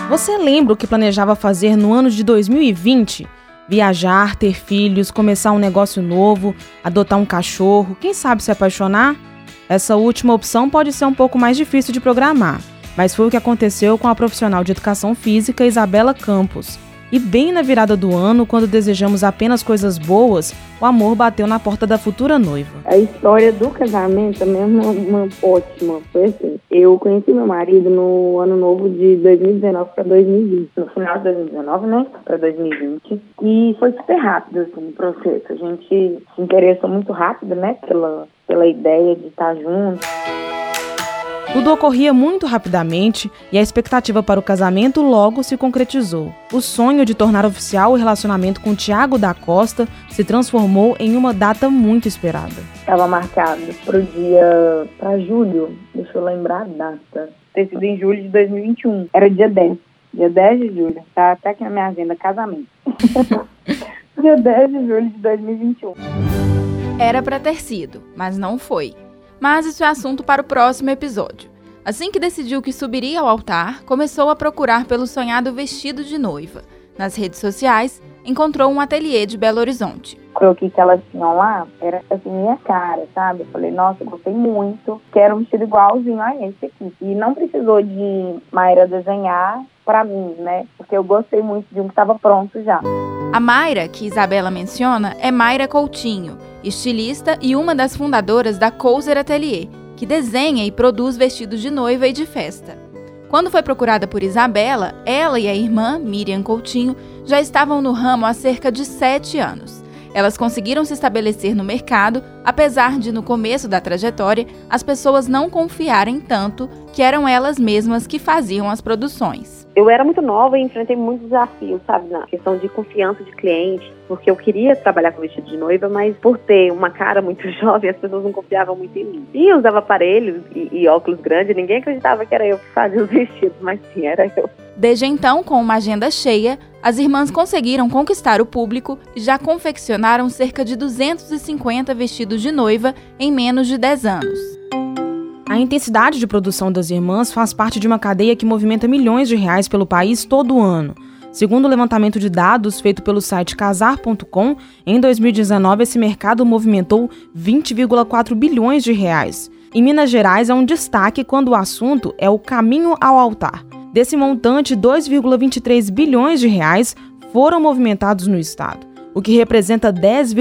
Você lembra o que planejava fazer no ano de 2020? Viajar, ter filhos, começar um negócio novo, adotar um cachorro, quem sabe se apaixonar? Essa última opção pode ser um pouco mais difícil de programar, mas foi o que aconteceu com a profissional de educação física Isabela Campos. E bem na virada do ano, quando desejamos apenas coisas boas, o amor bateu na porta da futura noiva. A história do casamento também é uma ótima. Foi assim, eu conheci meu marido no ano novo de 2019 para 2020. No final de 2019, né, para 2020. E foi super rápido, assim, o processo. A gente se interessou muito rápido, né, pela ideia de estar juntos. Tudo ocorria muito rapidamente e a expectativa para o casamento logo se concretizou. O sonho de tornar oficial o relacionamento com Thiago da Costa se transformou em uma data muito esperada. Estava marcado para julho, deixa eu lembrar a data. Ter sido em julho de 2021. Era dia 10 de julho. Tá até aqui na minha agenda, casamento. Dia 10 de julho de 2021. Era para ter sido, mas não foi. Mas isso é assunto para o próximo episódio. Assim que decidiu que subiria ao altar, começou a procurar pelo sonhado vestido de noiva. Nas redes sociais, encontrou um ateliê de Belo Horizonte. O que elas tinham lá era assim, minha cara, sabe? Eu falei, nossa, eu gostei muito, quero um vestido igualzinho a esse aqui. E não precisou de Mayra desenhar para mim, né? Porque eu gostei muito de um que estava pronto já. A Mayra, que Isabela menciona, é Mayra Coutinho, estilista e uma das fundadoras da Couser Atelier, que desenha e produz vestidos de noiva e de festa. Quando foi procurada por Isabela, ela e a irmã, Miriam Coutinho, já estavam no ramo há cerca de 7 anos. Elas conseguiram se estabelecer no mercado, apesar de, no começo da trajetória, as pessoas não confiarem tanto que eram elas mesmas que faziam as produções. Eu era muito nova e enfrentei muitos desafios, sabe, na questão de confiança de cliente, porque eu queria trabalhar com vestido de noiva, mas por ter uma cara muito jovem, as pessoas não confiavam muito em mim. E eu usava aparelhos e óculos grandes, ninguém acreditava que era eu que fazia os vestidos, mas sim, era eu. Desde então, com uma agenda cheia, as irmãs conseguiram conquistar o público e já confeccionaram cerca de 250 vestidos de noiva em menos de 10 anos. A intensidade de produção das irmãs faz parte de uma cadeia que movimenta milhões de reais pelo país todo ano. Segundo o levantamento de dados feito pelo site casar.com, em 2019 esse mercado movimentou 20,4 bilhões de reais. Em Minas Gerais é um destaque quando o assunto é o caminho ao altar. Desse montante, 2,23 bilhões de reais foram movimentados no estado, o que representa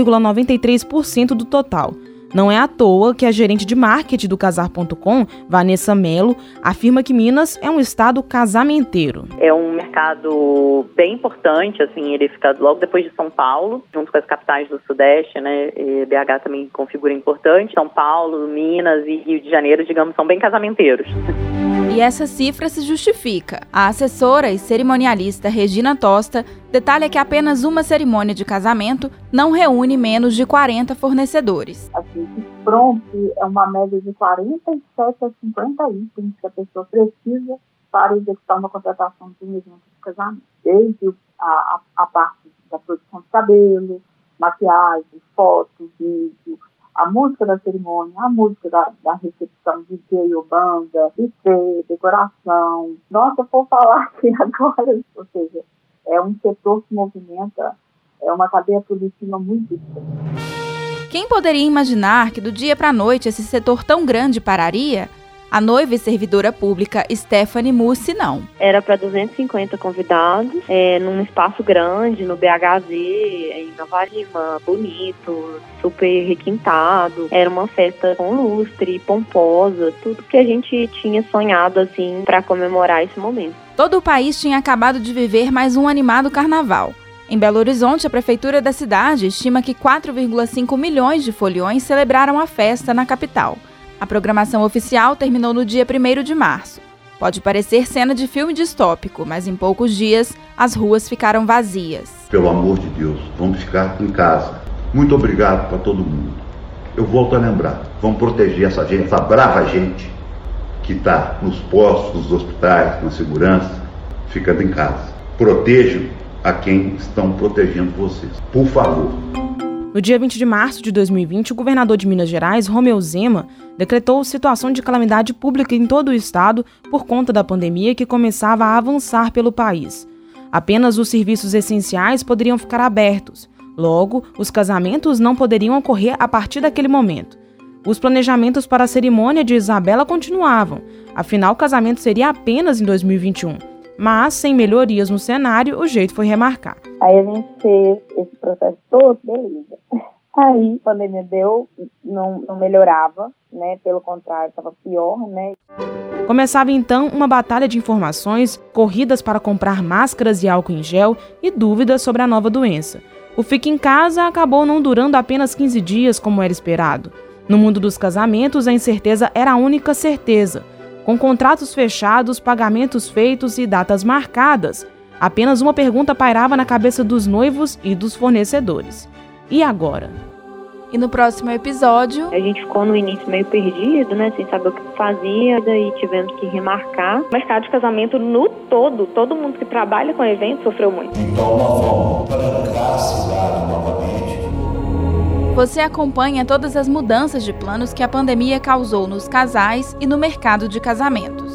10,93% do total. Não é à toa que a gerente de marketing do Casar.com, Vanessa Mello, afirma que Minas é um estado casamenteiro. É um mercado bem importante, assim, ele fica logo depois de São Paulo, junto com as capitais do Sudeste, né? BH também configura importante. São Paulo, Minas e Rio de Janeiro, digamos, são bem casamenteiros. E essa cifra se justifica. A assessora e cerimonialista Regina Tosta detalha que apenas uma cerimônia de casamento não reúne menos de 40 fornecedores. Assim, pronto é uma média de 47 a 50 itens que a pessoa precisa para executar uma contratação de um evento de casamento. Desde a parte da produção de cabelo, maquiagem, foto, vídeo, a música da cerimônia, a música da recepção, DJ ou banda, buffet, decoração. Nossa, eu vou falar aqui agora. Ou seja, é um setor que movimenta, é uma cadeia produtiva muito diferente. Quem poderia imaginar que do dia para a noite esse setor tão grande pararia? A noiva e servidora pública Stephanie Mussi não. Era para 250 convidados, num espaço grande, no BHZ, em Nova Lima, bonito, super requintado. Era uma festa com lustre, pomposa, tudo que a gente tinha sonhado assim para comemorar esse momento. Todo o país tinha acabado de viver mais um animado carnaval. Em Belo Horizonte, a prefeitura da cidade estima que 4,5 milhões de foliões celebraram a festa na capital. A programação oficial terminou no dia 1º de março. Pode parecer cena de filme distópico, mas em poucos dias as ruas ficaram vazias. Pelo amor de Deus, vamos ficar em casa. Muito obrigado para todo mundo. Eu volto a lembrar, vamos proteger essa gente, essa brava gente que está nos postos, nos hospitais, na segurança, ficando em casa. Protejam a quem estão protegendo vocês. Por favor. No dia 20 de março de 2020, o governador de Minas Gerais, Romeu Zema, decretou situação de calamidade pública em todo o estado por conta da pandemia que começava a avançar pelo país. Apenas os serviços essenciais poderiam ficar abertos. Logo, os casamentos não poderiam ocorrer a partir daquele momento. Os planejamentos para a cerimônia de Isabela continuavam, afinal o casamento seria apenas em 2021. Mas, sem melhorias no cenário, o jeito foi remarcar. Aí a gente fez esse processo todo, beleza. Aí a pandemia não melhorava, né? Pelo contrário, estava pior, né? Começava então uma batalha de informações, corridas para comprar máscaras e álcool em gel e dúvidas sobre a nova doença. O Fique em Casa acabou não durando apenas 15 dias, como era esperado. No mundo dos casamentos, a incerteza era a única certeza. Com contratos fechados, pagamentos feitos e datas marcadas, apenas uma pergunta pairava na cabeça dos noivos e dos fornecedores. E agora? E no próximo episódio... A gente ficou no início meio perdido, né? Sem saber o que fazia, daí tivemos que remarcar. O mercado de casamento no todo mundo que trabalha com eventos sofreu muito. Então nós vamos trancar a cidade novamente. Você acompanha todas as mudanças de planos que a pandemia causou nos casais e no mercado de casamentos.